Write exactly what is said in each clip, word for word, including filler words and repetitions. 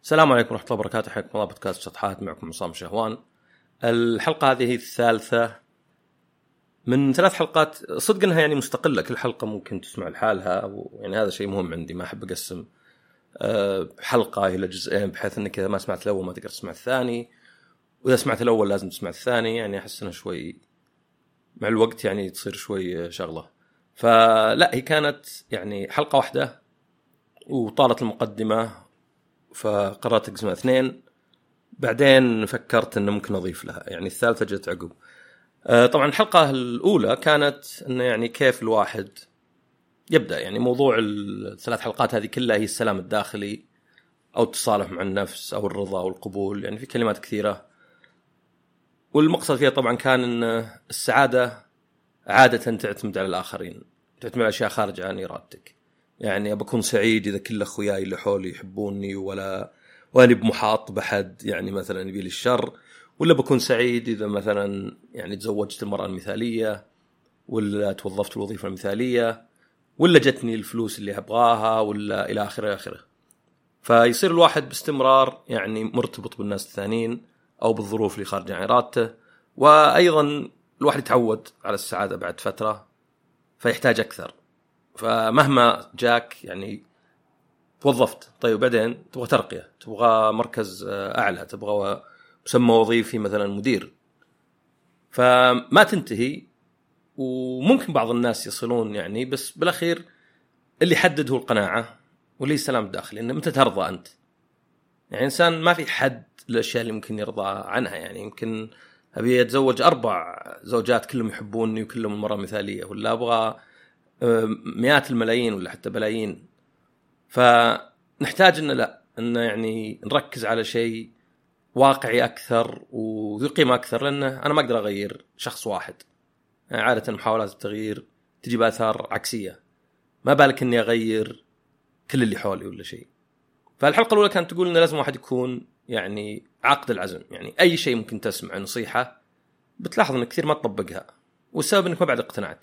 السلام عليكم ورحمة الله وبركاته. حياكم الله بودكاست شطحات، معكم عصام شهوان. الحلقة هذه الثالثة من ثلاث حلقات، صدق انها يعني مستقلة، كل حلقة ممكن تسمع لحالها، أو يعني هذا شيء مهم عندي، ما أحب أقسم حلقة إلى جزئين بحيث أنك إذا ما سمعت الأول ما تقدر تسمع الثاني، وإذا سمعت الأول لازم تسمع الثاني. يعني أحس أنها شوي مع الوقت يعني تصير شوي شغلة. فلا، هي كانت يعني حلقة واحدة وطالت المقدمة، فقررت أقسمها اثنين. بعدين فكرت أنه ممكن أضيف لها، يعني الثالثة جت عقب. طبعا الحلقة الأولى كانت أنه يعني كيف الواحد يبدأ، يعني موضوع الثلاث حلقات هذه كلها هي السلام الداخلي أو التصالح مع النفس أو الرضا أو القبول، يعني في كلمات كثيرة. والمقصد فيها طبعا كان أن السعادة عادة تعتمد على الآخرين، تعتمد على أشياء خارج عن إرادتك. يعني بكون سعيد إذا كل أخوياي اللي حولي يحبوني، ولا وأنا بمحاط بحد يعني مثلا يبي لي الشر، ولا بكون سعيد إذا مثلا يعني تزوجت المرأة المثالية، ولا توظفت الوظيفة المثالية، ولا جتني الفلوس اللي أبغاها، ولا إلى آخره آخره. فيصير الواحد باستمرار يعني مرتبط بالناس الثانيين أو بالظروف اللي خارج عن إرادته. وأيضا الواحد يتعود على السعادة بعد فترة فيحتاج أكثر. فمهما جاك يعني توظفت، طيب بعدين تبغى ترقية، تبغى مركز أعلى، تبغى مسمى وظيفي مثلا مدير، فما تنتهي. وممكن بعض الناس يصلون يعني، بس بالأخير اللي يحدد هو القناعة واللي السلام الداخلي، إنه متى ترضى أنت. يعني إنسان ما في حد للأشياء اللي ممكن يرضى عنها. يعني يمكن أبي أتزوج أربع زوجات كلهم يحبوني وكلهم المرأة مثالية، ولا أبغى مئات الملايين ولا حتى بلايين. فنحتاج إن لا إن يعني نركز على شيء واقعي أكثر وذو قيمة أكثر، لأنه أنا ما أقدر أغير شخص واحد. يعني عادة محاولات التغيير تجيب آثار عكسية، ما بالك إني أغير كل اللي حولي ولا شيء. فالحلقة الأولى كانت تقول إن لازم واحد يكون يعني عاقد العزم. يعني أي شيء ممكن تسمع نصيحة بتلاحظ إن كثير ما تطبقها، والسبب إنك ما بعد اقتنعت.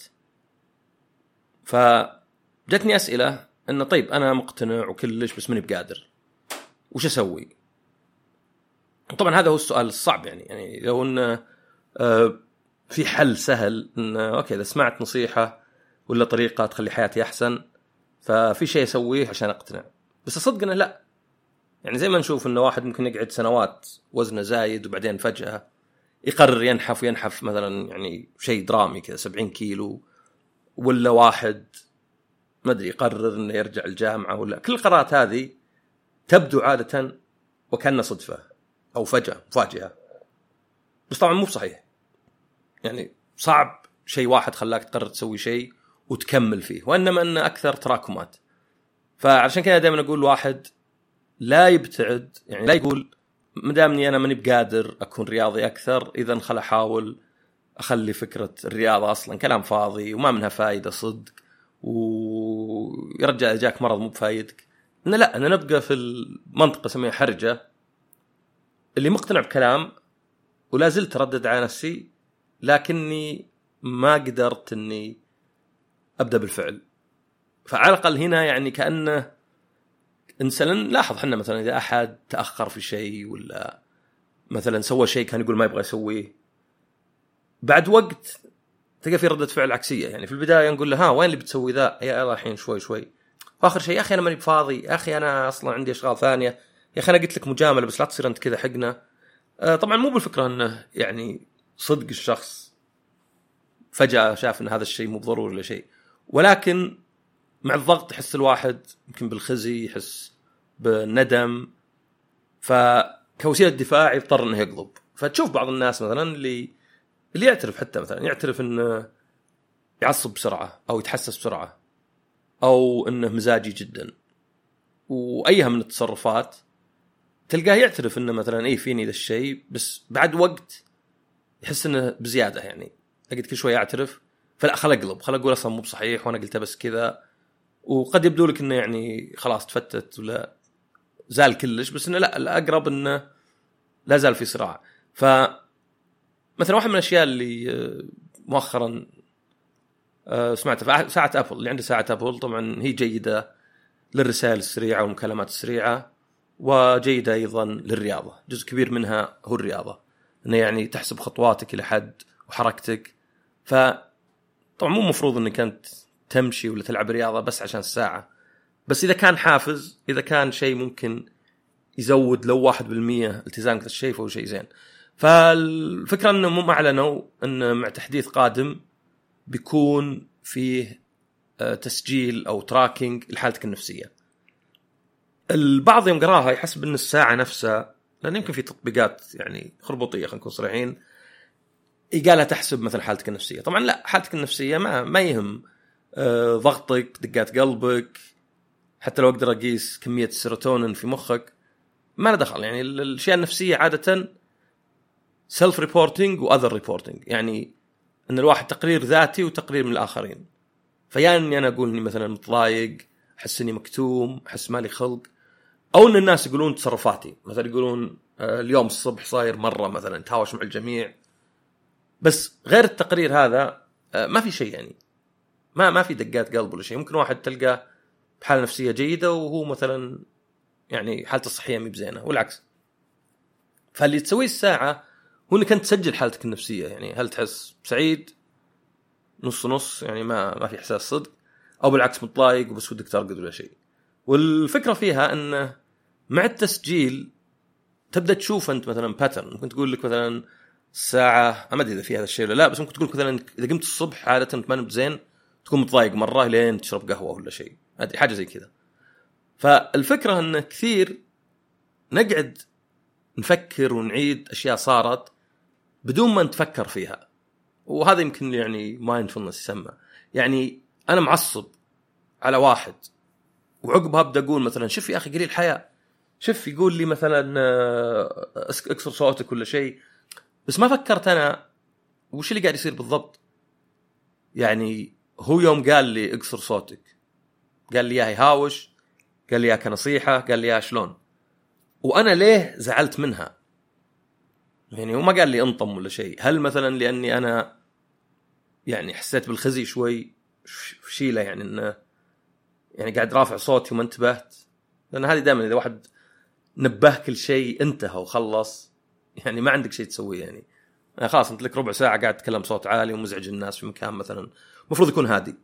فجتني أسئلة إنه طيب أنا مقتنع وكلش بس ماني بقادر، وش أسوي؟ طبعا هذا هو السؤال الصعب. يعني يعني لو إنه آه في حل سهل إنه أوكي إذا سمعت نصيحة ولا طريقة تخلي حياتي أحسن ففي شيء أسويه عشان أقتنع. بس أصدق إنه لا. يعني زي ما نشوف إنه واحد ممكن يقعد سنوات وزنه زايد وبعدين فجأة يقرر ينحف وينحف مثلا يعني شيء درامي كذا سبعين كيلو، ولا واحد ما أدري يقرر إنه يرجع الجامعة، ولا كل القرارات هذه تبدو عادة وكأنها صدفة أو فجأة مفاجئة. بس طبعا مو صحيح. يعني صعب شيء واحد خلاك تقرر تسوي شيء وتكمل فيه، وإنما أن أكثر تراكمات. فعشان كذا دائما أقول واحد لا يبتعد، يعني لا يقول مدامني أنا ماني بقادر أكون رياضي أكثر إذا خل أحاول أخلي فكرة الرياضة أصلا كلام فاضي وما منها فائدة صدق، ويرجع جاك مرض مو بفايدك. إن لا، أنا نبقى في المنطقة سميها حرجة، اللي مقتنع بكلام ولا زلت تردد على نفسي، لكني ما قدرت إني أبدأ بالفعل. فعلى الأقل هنا يعني كأنه إنسان لاحظ حنا مثلا إذا أحد تأخر في شيء ولا مثلا سوى شيء كان يقول ما يبغى يسويه، بعد وقت تلقى في ردة فعل عكسية. يعني في البداية نقول له ها وين اللي بتسوي ذا، يا الله الحين شوي شوي، وآخر شيء يا أخي أنا ماني بفاضي، يا أخي أنا أصلا عندي أشغال ثانية، يا أخي أنا قلت لك مجاملة بس لا تصير أنت كذا حقنا. آه طبعا مو بالفكرة أنه يعني صدق الشخص فجأة شاف أن هذا الشيء مو ضروري ولا شيء، ولكن مع الضغط يحس الواحد يمكن بالخزي، يحس بالندم، فكوسيلة دفاع يضطر أنه يقلب. فتشوف بعض الناس مثلا اللي اللي يعترف حتى مثلا يعترف أنه يعصب بسرعة أو يتحسس بسرعة أو أنه مزاجي جدا، وأيها من التصرفات تلقاه يعترف أنه مثلا إيه فيني ذا الشيء، بس بعد وقت يحس أنه بزيادة. يعني أجد كل شوي أعترف فلا خل أقلب، خل أقول أصلا مو بصحيح وأنا قلتها بس كذا. وقد يبدو لك إنه يعني خلاص تفتت ولا زال كلش، بس إنه لا، الأقرب إنه لا زال في صراع. فمثلا واحد من الأشياء اللي مؤخرا سمعتها ساعة أبل، اللي عنده ساعة أبل طبعا هي جيدة للرسائل السريعة والمكالمات السريعة، وجيدة أيضا للرياضة. جزء كبير منها هو الرياضة، إنه يعني تحسب خطواتك إلى حد وحركتك. فطبعا مو مفروض إنك أنت تمشي ولا تلعب رياضة بس عشان الساعة، بس إذا كان حافز، إذا كان شيء ممكن يزود لو واحد بالمية التزامك الشيء فهو شيء زين. فالفكرة إنه مو أعلنوا إنه مع تحديث قادم بيكون فيه تسجيل أو تراكينج لحالتك النفسية. البعض يوم قراها يحسب إن الساعة نفسها، لأن يمكن في تطبيقات يعني خربطية خلينا نكون صريحين يقالها تحسب مثلا حالتك النفسية. طبعا لا، حالتك النفسية ما ما يهم أه ضغطك، دقات قلبك، حتى لو أقدر أقيس كمية السيروتونين في مخك ما له دخل. يعني الأشياء النفسية عادة سيلف ريبورتينج وأذر ريبورتينج، يعني أن الواحد تقرير ذاتي وتقرير من الآخرين. فيعني أنا أقول إني مثلا متضايق، أحس إني مكتوم، أحس مالي خلق، أو إن الناس يقولون تصرفاتي، مثلا يقولون اليوم الصبح صاير مرة مثلا تهاوش مع الجميع. بس غير التقرير هذا ما في شيء، يعني ما ما في دقات قلب ولا شيء. ممكن واحد تلقى بحالة نفسية جيدة وهو مثلا يعني حالته الصحية مي بزينة والعكس. فاللي تسويه الساعة هو إنك أنت تسجل حالتك النفسية، يعني هل تحس سعيد نص نص، يعني ما ما في إحساس صدق، أو بالعكس متضايق وبس ودك ترقد ولا شيء. والفكرة فيها أن مع التسجيل تبدأ تشوف أنت مثلا باترن. ممكن تقول لك مثلا الساعة، ما أدري إذا في هذا الشيء ولا لا، بس ممكن تقول لك مثلا إذا قمت الصبح عادة ما نمت زين تكون متضايق مرة لين تشرب قهوة ولا شيء، أدري حاجة زي كذا. فالفكرة أن كثير نقعد نفكر ونعيد أشياء صارت بدون ما نتفكر فيها، وهذا يمكن يعني مايندفولنس يسمى. يعني أنا معصب على واحد وعقبها أبدأ أقول مثلا شوف يا أخي قليل الحياة، شوف يقول لي مثلا اكسر صوتك ولا شيء، بس ما فكرت أنا وش اللي قاعد يصير بالضبط. يعني هو يوم قال لي اكسر صوتك، قال لي يا يهاوش، قال لي يا كنصيحة، قال لي يا شلون، وأنا ليه زعلت منها؟ يعني هو ما قال لي انطم ولا شيء. هل مثلا لأني أنا يعني حسيت بالخزي شوي فشيلة، يعني إنه يعني قاعد رافع صوتي وما انتبهت؟ لأن هذه دائما إذا واحد نبه كل شيء انتهى وخلص، يعني ما عندك شيء تسويه. يعني خلاص انت لك ربع ساعة قاعد تتكلم صوت عالي ومزعج الناس في مكان مثلا مفروض يكون هادي.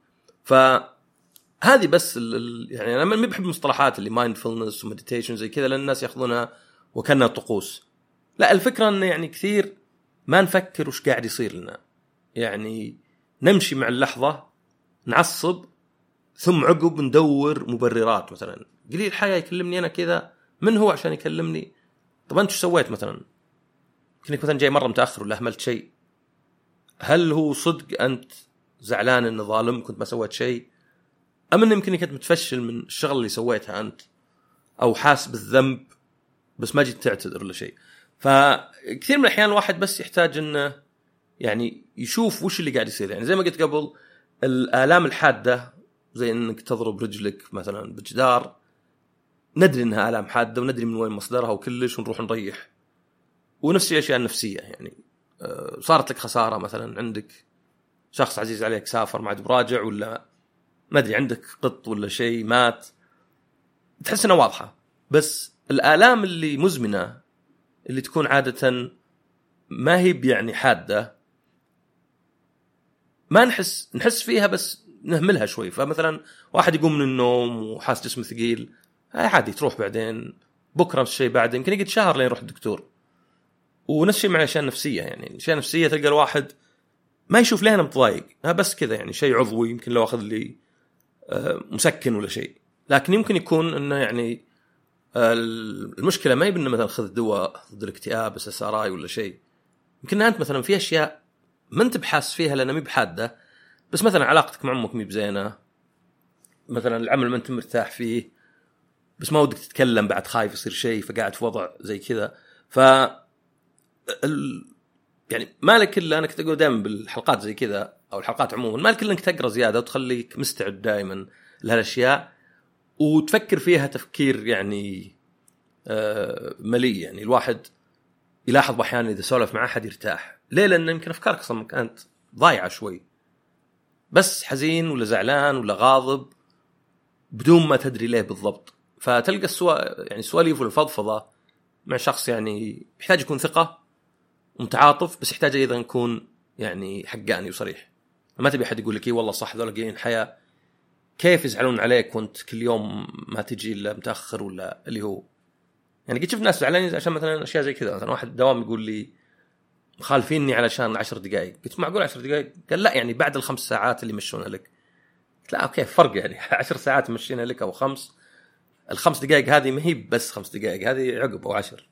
فهذه بس ال... يعني أنا ما بحب المصطلحات اللي mindfulness ومديتيشن زي كذا، لأن الناس يأخذونها وكأنها طقوس. لا، الفكرة أن يعني كثير ما نفكر وش قاعد يصير لنا، يعني نمشي مع اللحظة نعصب ثم عقب ندور مبررات. مثلا قليل الحياة يكلمني أنا كذا، من هو عشان يكلمني؟ طب أنت شو سويت مثلا؟ كنت مثلا جاي مرة متأخر ولا أهملت شيء، هل هو صدق أنت زعلان إن ظالم كنت ما سويت شيء، أم إن يمكن كنت متفشل من الشغل اللي سويتها أنت، أو حاس بالذنب بس ما جيت تعتذر ولا شيء؟ فكثير من الأحيان الواحد بس يحتاج إنه يعني يشوف وش اللي قاعد يصير. يعني زي ما قلت قبل، الآلام الحادة زي إنك تضرب رجلك مثلا بجدار، ندري إنها آلام حادة وندري من وين مصدرها وكلش، ونروح نريح. ونفس الأشياء النفسية، يعني صارت لك خسارة مثلا، عندك شخص عزيز عليك سافر ما عاد براجع، ولا ما أدري عندك قط ولا شيء مات، تحس إنها واضحة. بس الآلام اللي مزمنة اللي تكون عادة ما هي يعني حادة، ما نحس نحس فيها بس نهملها شوي. فمثلا واحد يقوم من النوم وحاس جسمه ثقيل، هاي عادي تروح بعدين، بكرة نفس الشيء، بعد يمكن يقعد شهر لين يروح الدكتور. ونفس الشيء مع الأشياء النفسية، يعني الأشياء النفسية تلقى الواحد ما يشوف ليه أنا متضايق، ها بس كذا يعني شيء عضوي، يمكن لو أخذ لي مسكن ولا شيء. لكن يمكن يكون إنه يعني المشكلة ما يبنى مثلا خذ دواء ضد الاكتئاب اس اس ار اي ولا شيء، يمكن أنت مثلا في أشياء ما أنت بحاس فيها لأنها مي بحادة، بس مثلا علاقتك مع أمك مي بزينة، مثلا العمل ما أنت مرتاح فيه بس ما ودك تتكلم بعد خايف يصير شيء فقاعد في وضع زي كذا. ف ال... يعني مالك إلا أنا كنت أقول دائما بالحلقات زي كذا أو الحلقات عموما، مالك إلا أنك تقرأ زيادة وتخليك مستعد دائما لهالأشياء وتفكر فيها تفكير يعني آه ملي. يعني الواحد يلاحظ أحيانا إذا سولف مع أحد يرتاح، ليه؟ لأن يمكن أفكارك أصلا كانت ضايعة شوي، بس حزين ولا زعلان ولا غاضب بدون ما تدري ليه بالضبط. فتلقى السؤال يعني سواليف والفضفضة مع شخص يعني يحتاج يكون ثقة ومتعاطف، بس يحتاج أيضا يكون يعني حقاني وصريح. ما تبي أحد يقول لك إيه والله صح ذولا قايلين حياة، كيف يزعلون عليك وأنت كل يوم ما تجي إلا متأخر ولا اللي هو يعني. قد شفت ناس زعلانين عشان مثلا أشياء زي كذا، مثلا واحد دوام يقول لي مخالفيني علشان عشر دقائق، قلت معقول عشر دقائق؟ قال لا يعني بعد الخمس ساعات اللي يمشونها لك. قلت لا أوكي فرق يعني عشر ساعات مشينا لك أو خمس، الخمس دقائق هذه ما هي بس خمس دقائق، هذه عقب أو عشر.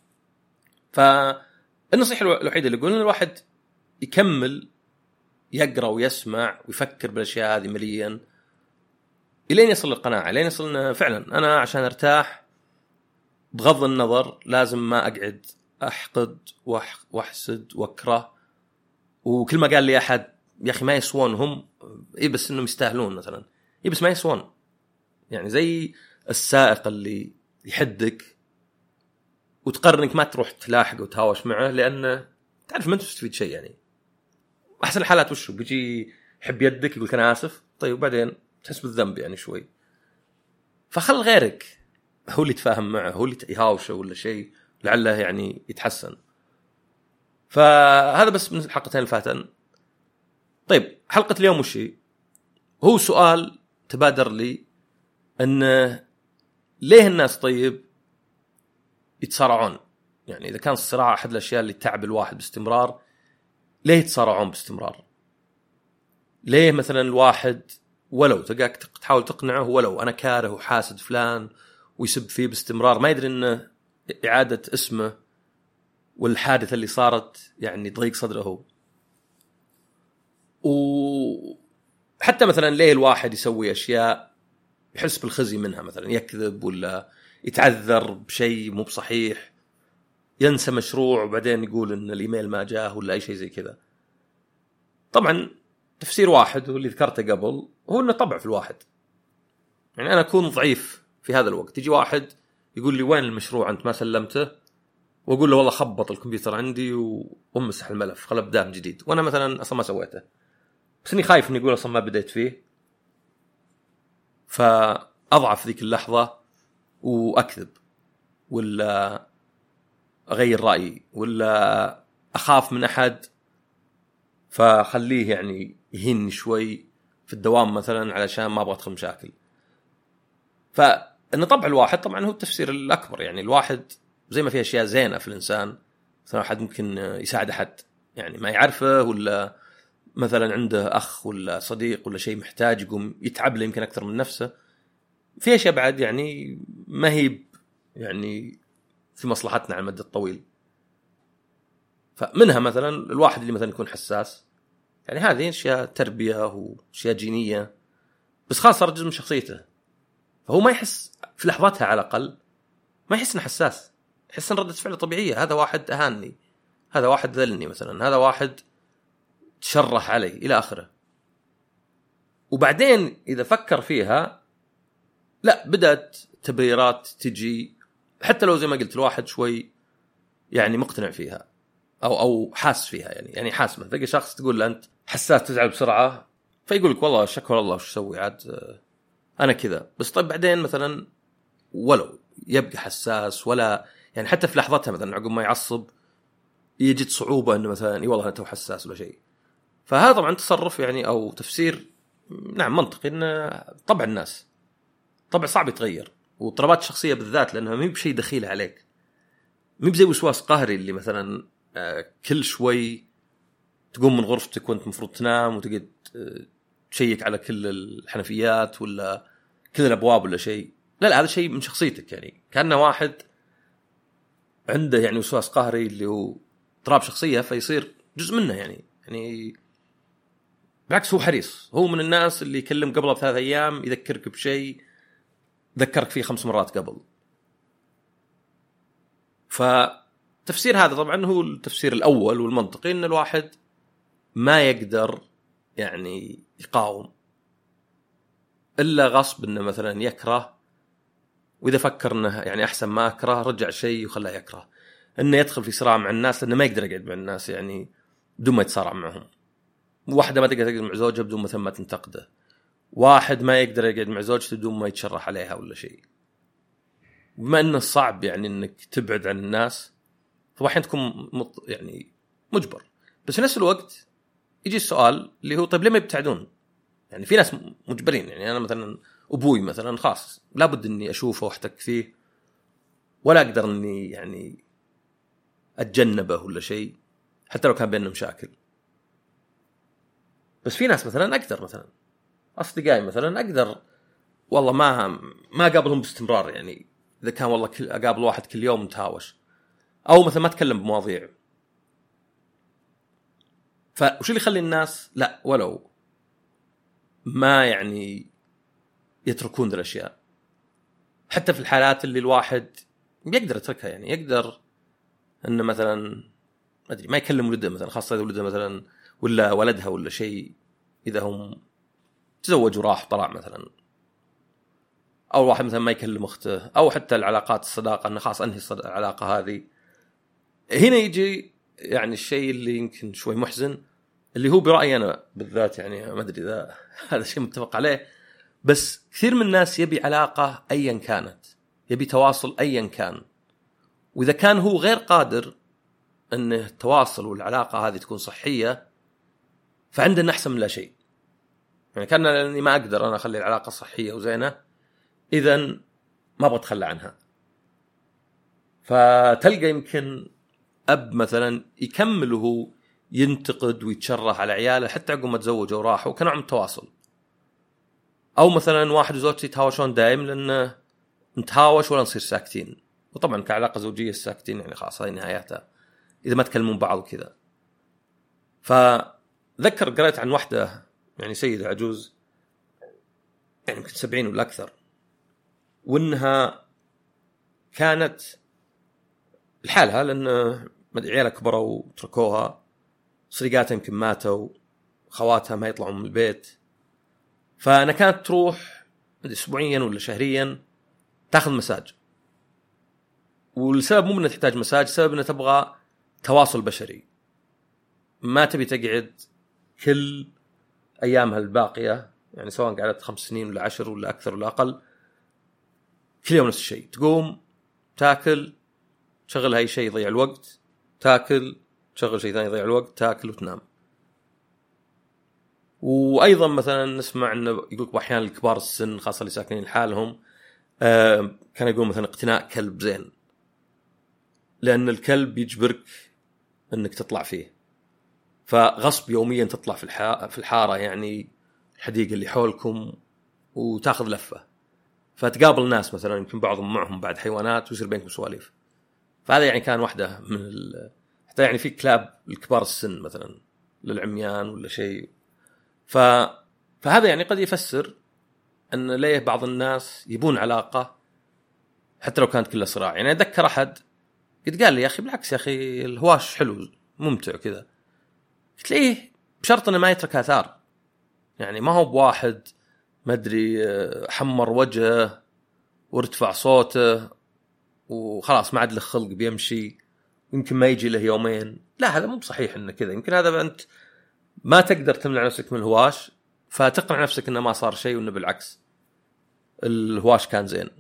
فالنصيحة الوحيدة اللي قلنا الواحد يكمل يقرأ ويسمع ويفكر بالأشياء هذه مليا إلين يصل للقناعة، إلين يصل إنه فعلا أنا عشان أرتاح بغض النظر لازم ما أقعد أحقد وأحسد وأكره. وكل ما قال لي أحد يا أخي ما يسوون هم إيه بس إنهم يستاهلون مثلا، إيه بس ما يسوون. يعني زي السائق اللي يحدك وتقرنك ما تروح تلاحق وتهاوش معه لأنه تعرف ما تستفيد شيء. يعني أحسن الحالات وشو بيجي يحب يدك يقول أنا آسف، طيب وبعدين تحس بالذنب يعني شوي. فخل غيرك هو اللي يتفاهم معه، هو اللي يهاوشه ولا شيء لعله يعني يتحسن. فهذا بس من الحلقتين الفاتن. طيب حلقة اليوم وش هو؟ سؤال تبادر لي أنه ليه الناس طيب يتصارعون؟ يعني إذا كان الصراع أحد الأشياء اللي تعب الواحد باستمرار، ليه يتصارعون باستمرار؟ ليه مثلا الواحد ولو تلقاك تحاول تقنعه ولو أنا كاره وحاسد فلان ويسب فيه باستمرار، ما يدري أنه إعادة اسمه والحادثة اللي صارت يعني ضيق صدره. وحتى مثلا ليه الواحد يسوي أشياء يحس بالخزي منها، مثلا يكذب ولا يتعذر بشيء مو بصحيح، ينسى مشروع وبعدين يقول إن الإيميل ما جاه ولا أي شيء زي كذا. طبعا تفسير واحد واللي ذكرته قبل هو إنه طبع في الواحد. يعني أنا أكون ضعيف في هذا الوقت، يجي واحد يقول لي وين المشروع أنت ما سلمته، وأقول له والله خبط الكمبيوتر عندي وامسح الملف خل أبدأ من جديد، وأنا مثلا أصلا ما سويته بس إني خايف إني يقول أصلا ما بديت فيه، فأضعف ذيك اللحظة وأكذب ولا أغير رأيي ولا أخاف من أحد فخليه يعني يهين شوي في الدوام مثلا علشان ما أبغى أدخل مشاكل. فإن طبع الواحد طبعا هو التفسير الأكبر. يعني الواحد زي ما في أشياء زينة في الإنسان، مثلا واحد ممكن يساعد أحد يعني ما يعرفه، ولا مثلا عنده أخ ولا صديق ولا شيء محتاج يقوم يتعب له يمكن أكثر من نفسه. في أشياء بعد يعني ما هي يعني في مصلحتنا على المدى الطويل. فمنها مثلا الواحد اللي مثلا يكون حساس، يعني هذه أشياء تربية وأشياء جينية بس خلاص صار جزء من شخصيته، فهو ما يحس في لحظاتها على الأقل ما يحس إنه حساس، يحس إن ردة فعله طبيعية. هذا واحد أهانني، هذا واحد ذلني مثلا، هذا واحد تشرح علي إلى آخره. وبعدين إذا فكر فيها لا بدأت تبريرات تجي، حتى لو زي ما قلت الواحد شوي يعني مقتنع فيها أو أو حاس فيها. يعني يعني حاس مثلا تلقى شخص تقول له أنت حساس تزعل بسرعة، فيقول لك والله شكر الله وش سوي عاد أنا كذا. بس طيب بعدين مثلا ولو يبقى حساس ولا يعني حتى في لحظتها مثلا عقب ما يعصب يجد صعوبة إنه مثلا إيه والله أنت حساس ولا شيء. فهذا طبعا تصرف يعني أو تفسير نعم منطقي، إن طبع الناس طبع صعب يتغير، واضطرابات الشخصية بالذات لأنها مي بشيء دخيل عليك، مي بزي وسواس قهري اللي مثلا كل شوي تقوم من غرفتك وانت مفروض تنام وتقعد تشيك على كل الحنفيات ولا كل الأبواب ولا شيء. لا لا هذا شيء من شخصيتك، يعني كأنه واحد عنده يعني وسواس قهري اللي هو اضطراب شخصية فيصير جزء منه. يعني يعني بالعكس هو حريص، هو من الناس اللي يكلم قبله بثلاث أيام يذكرك بشيء ذكرك فيه خمس مرات قبل. فتفسير هذا طبعا هو التفسير الأول والمنطقي، إن الواحد ما يقدر يعني يقاوم إلا غصب إنه مثلا يكره، وإذا فكر إنه يعني أحسن ما أكره رجع شيء وخلاه يكره. إنه يدخل في صراع مع الناس لأنه ما يقدر يقعد مع الناس يعني بدون ما يتصارع معهم. واحدة ما تقدر تقعد مع زوجها بدون مثلا ما تنتقده، واحد ما يقدر يقعد مع زوجته بدون ما يتشرح عليها ولا شيء. بما انه صعب يعني انك تبعد عن الناس، فاحيانا تكون مط... يعني مجبر. بس في نفس الوقت يجي السؤال اللي هو طيب ليه ما يبتعدون؟ يعني في ناس مجبرين. يعني انا مثلا ابوي مثلا خاص لابد اني اشوفه واحتك فيه، ولا اقدر اني يعني اتجنبه ولا شيء حتى لو كان بيننا مشاكل. بس في ناس مثلا اقدر، مثلا اصدقائي مثلا اقدر والله ما ما اقابلهم باستمرار. يعني اذا كان والله كل اقابل واحد كل يوم نتهاوش، او مثلا ما اتكلم بمواضيع. فوش اللي يخلي الناس لا ولو ما يعني يتركون ذي الاشياء حتى في الحالات اللي الواحد يقدر يتركها؟ يعني يقدر انه مثلا ما ادري ما يكلم ولده مثلا، خاصه اذا ولده مثلا ولا ولدها ولا شيء، اذا هم تزوج وراح طلع مثلا، او واحد مثلا ما يكلم اخته، او حتى العلاقات الصداقه انه خلاص انهي العلاقه هذه. هنا يجي يعني الشيء اللي يمكن شوي محزن، اللي هو برايي انا بالذات، يعني ما ادري اذا هذا شيء متفق عليه، بس كثير من الناس يبي علاقه ايا كانت، يبي تواصل ايا كان، واذا كان هو غير قادر ان التواصل والعلاقه هذه تكون صحيه فعندنا احسن من لا شيء. يعني كان لاني ما اقدر انا اخلي العلاقه صحيه وزينه، اذا ما ابغى اتخلى عنها. فتلقى يمكن اب مثلا يكمل وهو ينتقد ويتشرح على عياله حتى عقب ما تزوجوا وراحوا كنوع من التواصل. او مثلا واحد وزوجته يتهاوشون دائم لانه نتهاوش ولا نصير ساكتين، وطبعا كعلاقه زوجيه الساكتين يعني خلاص هاي نهايتها اذا ما تكلمون بعض وكذا. فذكر قرأت عن واحده يعني سيده عجوز يعني يمكن سبعين ولا اكثر، وانها كانت لحالها لان عيالها كبروا وتركوها، صديقاتها يمكن ماتوا، خواتها ما يطلعون من البيت، فانا كانت تروح اسبوعيا ولا شهريا تاخذ مساج. والسبب مو انها تحتاج مساج، السبب انها تبغى تواصل بشري، ما تبي تقعد كل ايامها الباقيه، يعني سواء قعدت خمس سنين ولا عشر ولا اكثر ولا اقل، كل يوم نفس الشيء، تقوم تاكل تشغل اي شيء يضيع الوقت، تاكل تشغل شيء ثاني يضيع الوقت، تاكل وتنام. وايضا مثلا نسمع انه يقولك احيانا الكبار السن خاصه اللي ساكنين لحالهم آه كان يقول مثلا اقتناء كلب زين، لان الكلب يجبرك انك تطلع فيه، فغصب يوميا تطلع في الحا... في الحاره يعني الحديقه اللي حولكم وتاخذ لفه، فتقابل ناس مثلا يمكن بعضهم معهم بعد حيوانات ويصير بينكم سواليف. فهذا يعني كان واحده من ال... حتى يعني في كلاب الكبار السن مثلا للعميان ولا شيء. ف... فهذا يعني قد يفسر ان ليه بعض الناس يبون علاقه حتى لو كانت كلها صراع. يعني اتذكر احد قد قال لي يا اخي بالعكس يا اخي الهواش حلو ممتع كذا، قلت ليه بشرط انه ما يترك اثار، يعني ما هو بواحد ما ادري حمر وجهه وارتفع صوته وخلاص ما عاد له خلق بيمشي يمكن ما يجي له يومين. لا هذا مو بصحيح انه كذا، يمكن هذا انت ما تقدر تمنع نفسك من الهواش فتقنع نفسك انه ما صار شيء وانه بالعكس الهواش كان زين.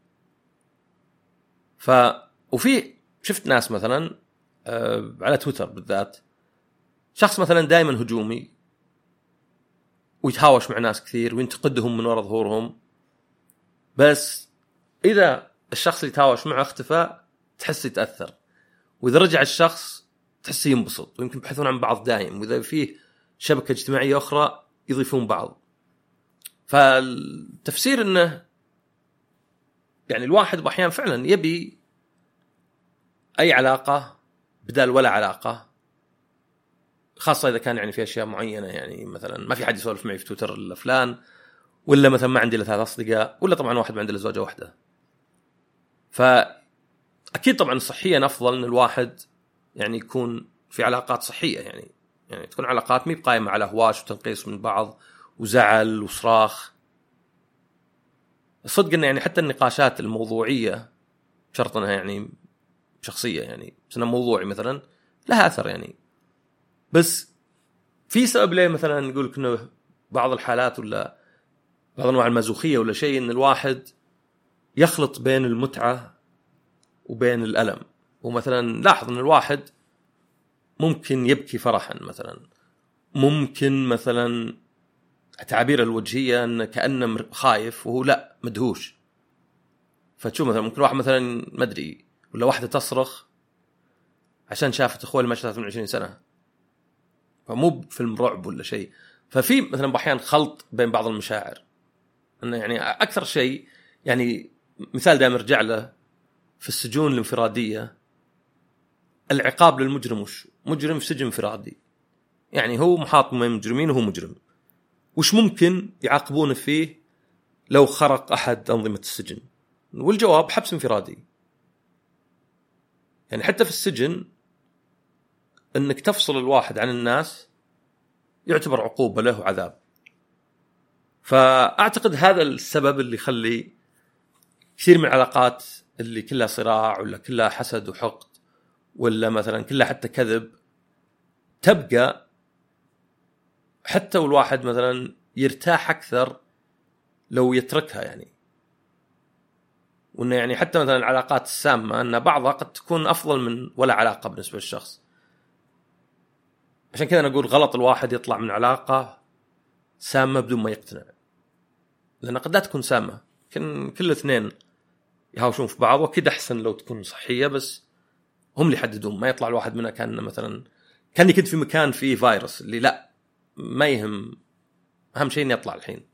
ف وفي شفت ناس مثلا آه على تويتر بالذات، شخص مثلا دائما هجومي ويتهاوش مع ناس كثير وينتقدهم من وراء ظهورهم، بس إذا الشخص اللي يتهاوش معه اختفى تحس يتأثر، وإذا رجع الشخص تحس ينبسط، ويمكن يبحثون عن بعض دائم، وإذا فيه شبكة اجتماعية أخرى يضيفون بعض. فالتفسير إنه يعني الواحد بأحيان فعلا يبي أي علاقة بدال ولا علاقة، خاصة إذا كان يعني في أشياء معينة، يعني مثلا ما في حد يسولف معي في تويتر إلا فلان، ولا مثلا ما عندي إلا ثلاث أصدقاء، ولا طبعا واحد ما عنده إلا زوجة واحدة. فأكيد طبعا صحيا أفضل إن الواحد يعني يكون في علاقات صحية، يعني يعني تكون علاقات مي بقائمة على هواش وتنقيص من بعض وزعل وصراخ. الصدق إن يعني حتى النقاشات الموضوعية شرط إنها يعني شخصية، يعني سنة موضوعي مثلا لها أثر يعني. بس في سبب ليه مثلا نقول لك إنه بعض الحالات ولا بعض أنواع المازوخية ولا شيء، إن الواحد يخلط بين المتعة وبين الألم. ومثلا لاحظ أن الواحد ممكن يبكي فرحا مثلا، ممكن مثلا تعابير الوجهية أن كأنه خايف وهو لا مدهوش. فتشوف مثلا ممكن واحد مثلا مدري ولا واحدة تصرخ عشان شافت أخوه اللي ما شافته من عشرين سنة، فمو فيلم رعب ولا شيء. ففي مثلا بأحيان خلط بين بعض المشاعر. أنه يعني أكثر شيء يعني مثال دائما ارجع له في السجون الانفرادية، العقاب للمجرم وش مجرم في سجن انفرادي، يعني هو محاط من مجرمين وهو مجرم، وش ممكن يعاقبونه فيه لو خرق أحد أنظمة السجن؟ والجواب حبس انفرادي. يعني حتى في السجن أنك تفصل الواحد عن الناس يعتبر عقوبة له وعذاب. فأعتقد هذا السبب اللي يخلي كثير من العلاقات اللي كلها صراع ولا كلها حسد وحقد ولا مثلا كلها حتى كذب تبقى، حتى والواحد مثلا يرتاح أكثر لو يتركها. يعني وإنه يعني حتى مثلا العلاقات السامة أن بعضها قد تكون أفضل من ولا علاقة بالنسبة للشخص. عشان كذا نقول غلط الواحد يطلع من علاقة سامة بدون ما يقتنع، لأن قد لا تكون سامة، كن كل اثنين يهاوشون في بعض، وكده أحسن لو تكون صحية، بس هم اللي يحددون. ما يطلع الواحد منها كان مثلا كاني كنت في مكان فيه فيروس اللي لا ما يهم، أهم شيء إني أطلع الحين.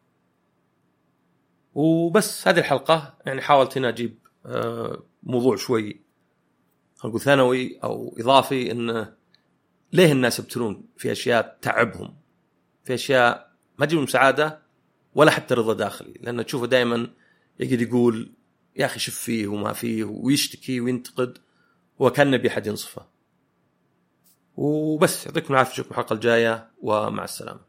وبس هذه الحلقة يعني حاولت هنا أجيب موضوع شوي أقول ثانوي أو إضافي، إنه ليه الناس يبتلون في أشياء تعبهم، في أشياء ما تجيبهم سعادة ولا حتى رضا داخلي، لأنه تشوفه دائما يقعد يقول يا أخي شوف فيه وما فيه ويشتكي وينتقد وكان نبي حد ينصفه. وبس يعطيكم العافية، نشوفكم الحلقة الجاية ومع السلامة.